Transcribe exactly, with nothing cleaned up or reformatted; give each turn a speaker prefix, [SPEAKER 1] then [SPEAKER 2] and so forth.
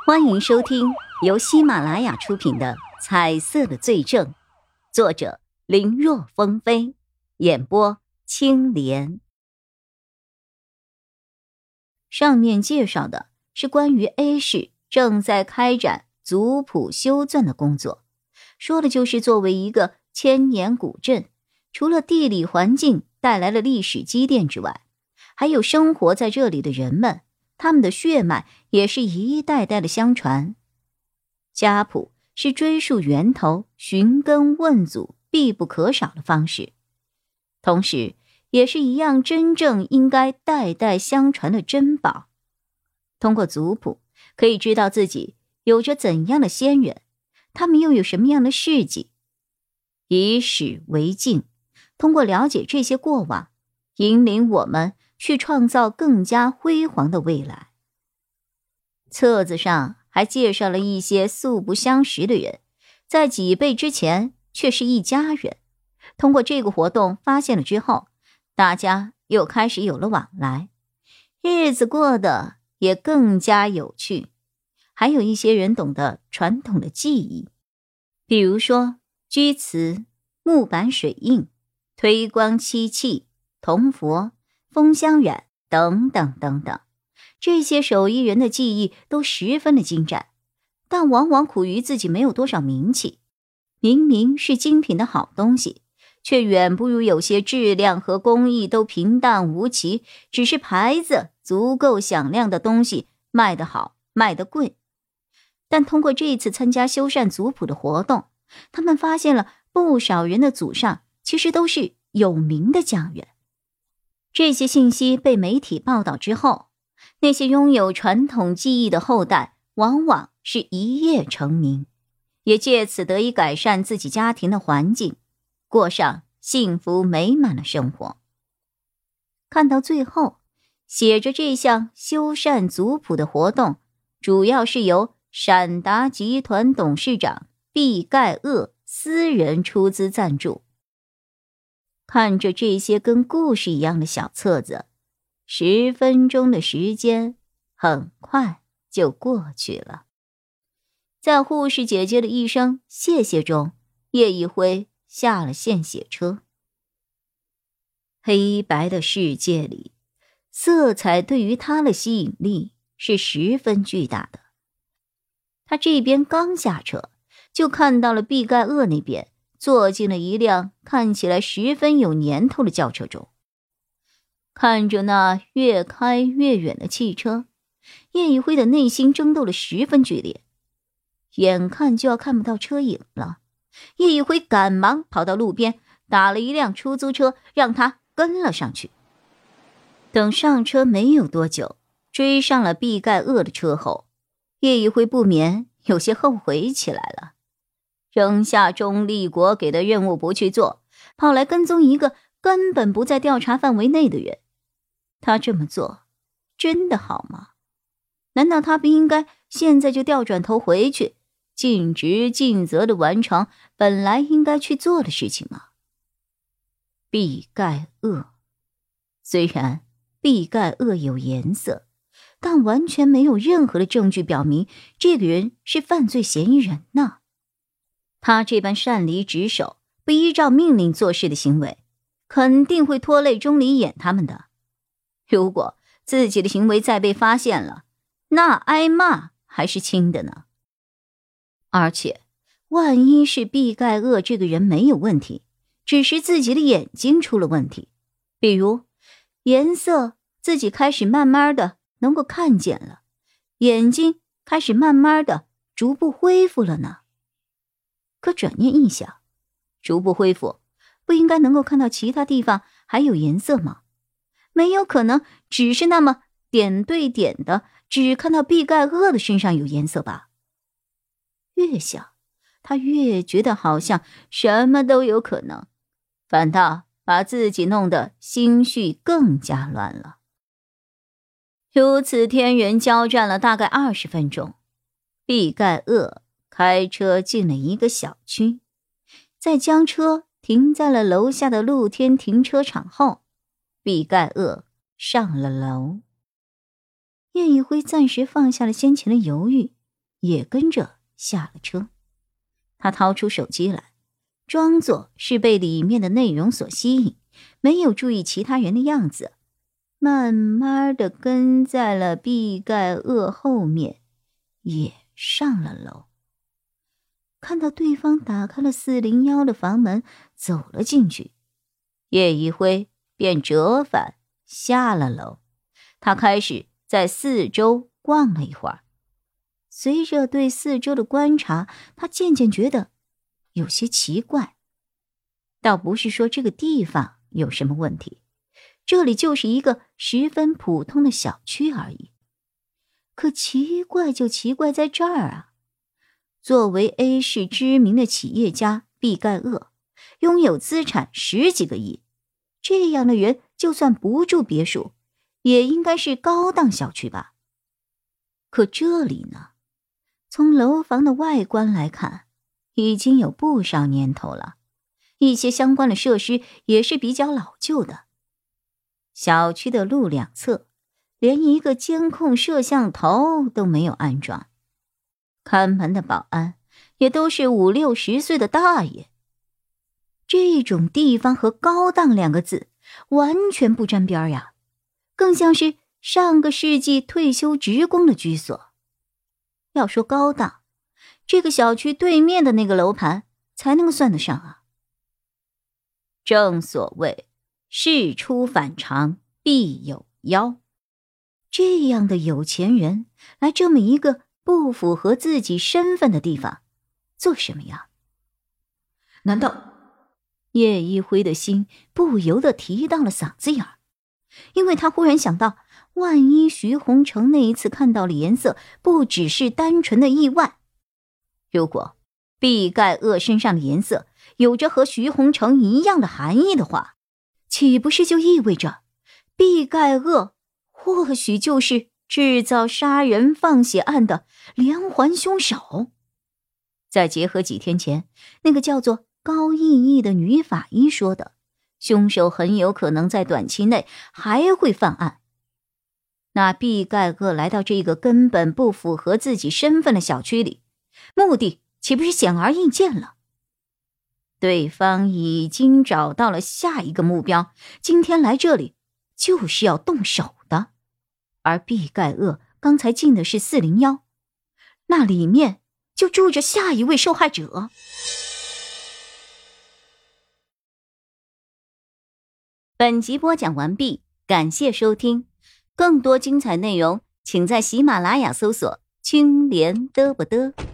[SPEAKER 1] 欢迎收听由喜马拉雅出品的《彩色的罪证》，作者林若风飞，演播青莲。上面介绍的是关于 A 市正在开展族谱修纂的工作，说的就是作为一个千年古镇，除了地理环境带来了历史积淀之外，还有生活在这里的人们，他们的血脉也是一代代的相传。家谱是追溯源头、寻根问祖必不可少的方式，同时也是一样真正应该代代相传的珍宝。通过族谱可以知道自己有着怎样的先人，他们又有什么样的事迹。以史为镜，通过了解这些过往，引领我们去创造更加辉煌的未来。册子上还介绍了一些素不相识的人，在几辈之前却是一家人。通过这个活动发现了之后，大家又开始有了往来，日子过得也更加有趣。还有一些人懂得传统的技艺，比如说居瓷、木板水印、推光漆器、铜佛、封香染等等等等。这些手艺人的技艺都十分的精湛，但往往苦于自己没有多少名气。明明是精品的好东西，却远不如有些质量和工艺都平淡无奇，只是牌子足够响亮的东西卖得好，卖得贵。但通过这次参加修缮族谱的活动，他们发现了不少人的祖上其实都是有名的匠人。这些信息被媒体报道之后，那些拥有传统技艺的后代往往是一夜成名，也借此得以改善自己家庭的环境，过上幸福美满的生活。看到最后，写着这项修缮族谱的活动主要是由闪达集团董事长毕盖厄私人出资赞助。看着这些跟故事一样的小册子，十分钟的时间很快就过去了。在护士姐姐的一声谢谢中，叶一辉下了献血车。黑白的世界里，色彩对于他的吸引力是十分巨大的。他这边刚下车，就看到了毕盖厄那边坐进了一辆看起来十分有年头的轿车中。看着那越开越远的汽车，叶一辉的内心争斗了十分剧烈，眼看就要看不到车影了。叶一辉赶忙跑到路边打了一辆出租车，让他跟了上去。等上车没有多久，追上了毕盖厄的车后，叶一辉不免有些后悔起来了。扔下钟立国给的任务不去做，跑来跟踪一个根本不在调查范围内的人，他这么做真的好吗？难道他不应该现在就调转头回去，尽职尽责地完成本来应该去做的事情吗？毕盖厄，虽然毕盖厄有颜色，但完全没有任何的证据表明这个人是犯罪嫌疑人呢。他这般擅离职守、不依照命令做事的行为，肯定会拖累钟离眼他们的。如果自己的行为再被发现了，那挨骂还是轻的呢。而且万一是毕盖厄这个人没有问题，只是自己的眼睛出了问题，比如颜色自己开始慢慢的能够看见了，眼睛开始慢慢的逐步恢复了呢。可转念一想，逐步恢复不应该能够看到其他地方还有颜色吗？没有可能只是那么点对点的只看到毕盖厄的身上有颜色吧。越想他越觉得好像什么都有可能，反倒把自己弄得心绪更加乱了。如此天人交战了大概二十分钟，毕盖厄开车进了一个小区，在将车停在了楼下的露天停车场后，毕盖厄上了楼。叶一辉暂时放下了先前的犹豫， 也跟着下了车。他掏出手机来，装作是被里面的内容所吸引，没有注意其他人的样子，慢慢的跟在了毕盖厄后面，也上了楼。看到对方打开了四零一的房门，走了进去，叶一辉便折返下了楼。他开始在四周逛了一会儿，随着对四周的观察，他渐渐觉得有些奇怪。倒不是说这个地方有什么问题，这里就是一个十分普通的小区而已。可奇怪就奇怪在这儿啊！作为 A 市知名的企业家毕盖厄，拥有资产十几个亿，这样的人就算不住别墅，也应该是高档小区吧？可这里呢，从楼房的外观来看，已经有不少年头了，一些相关的设施也是比较老旧的。小区的路两侧连一个监控摄像头都没有安装，看门的保安也都是五六十岁的大爷。这种地方和高档两个字完全不沾边呀，更像是上个世纪退休职工的居所。要说高档，这个小区对面的那个楼盘才能够算得上啊。正所谓事出反常必有妖，这样的有钱人来这么一个不符合自己身份的地方做什么呀？难道叶一辉的心不由得提到了嗓子眼儿，因为他忽然想到，万一徐洪成那一次看到的颜色不只是单纯的意外，如果毕盖厄身上的颜色有着和徐洪成一样的含义的话，岂不是就意味着毕盖厄或许就是制造杀人放血案的连环凶手？再结合几天前那个叫做高逸逸的女法医说的，凶手很有可能在短期内还会犯案，那毕盖厄来到这个根本不符合自己身份的小区里，目的岂不是显而易见了？对方已经找到了下一个目标，今天来这里就是要动手的。而毕盖厄刚才进的是四零一，那里面就住着下一位受害者。本集播讲完毕，感谢收听。更多精彩内容请在喜马拉雅搜索青莲嘚不嘚。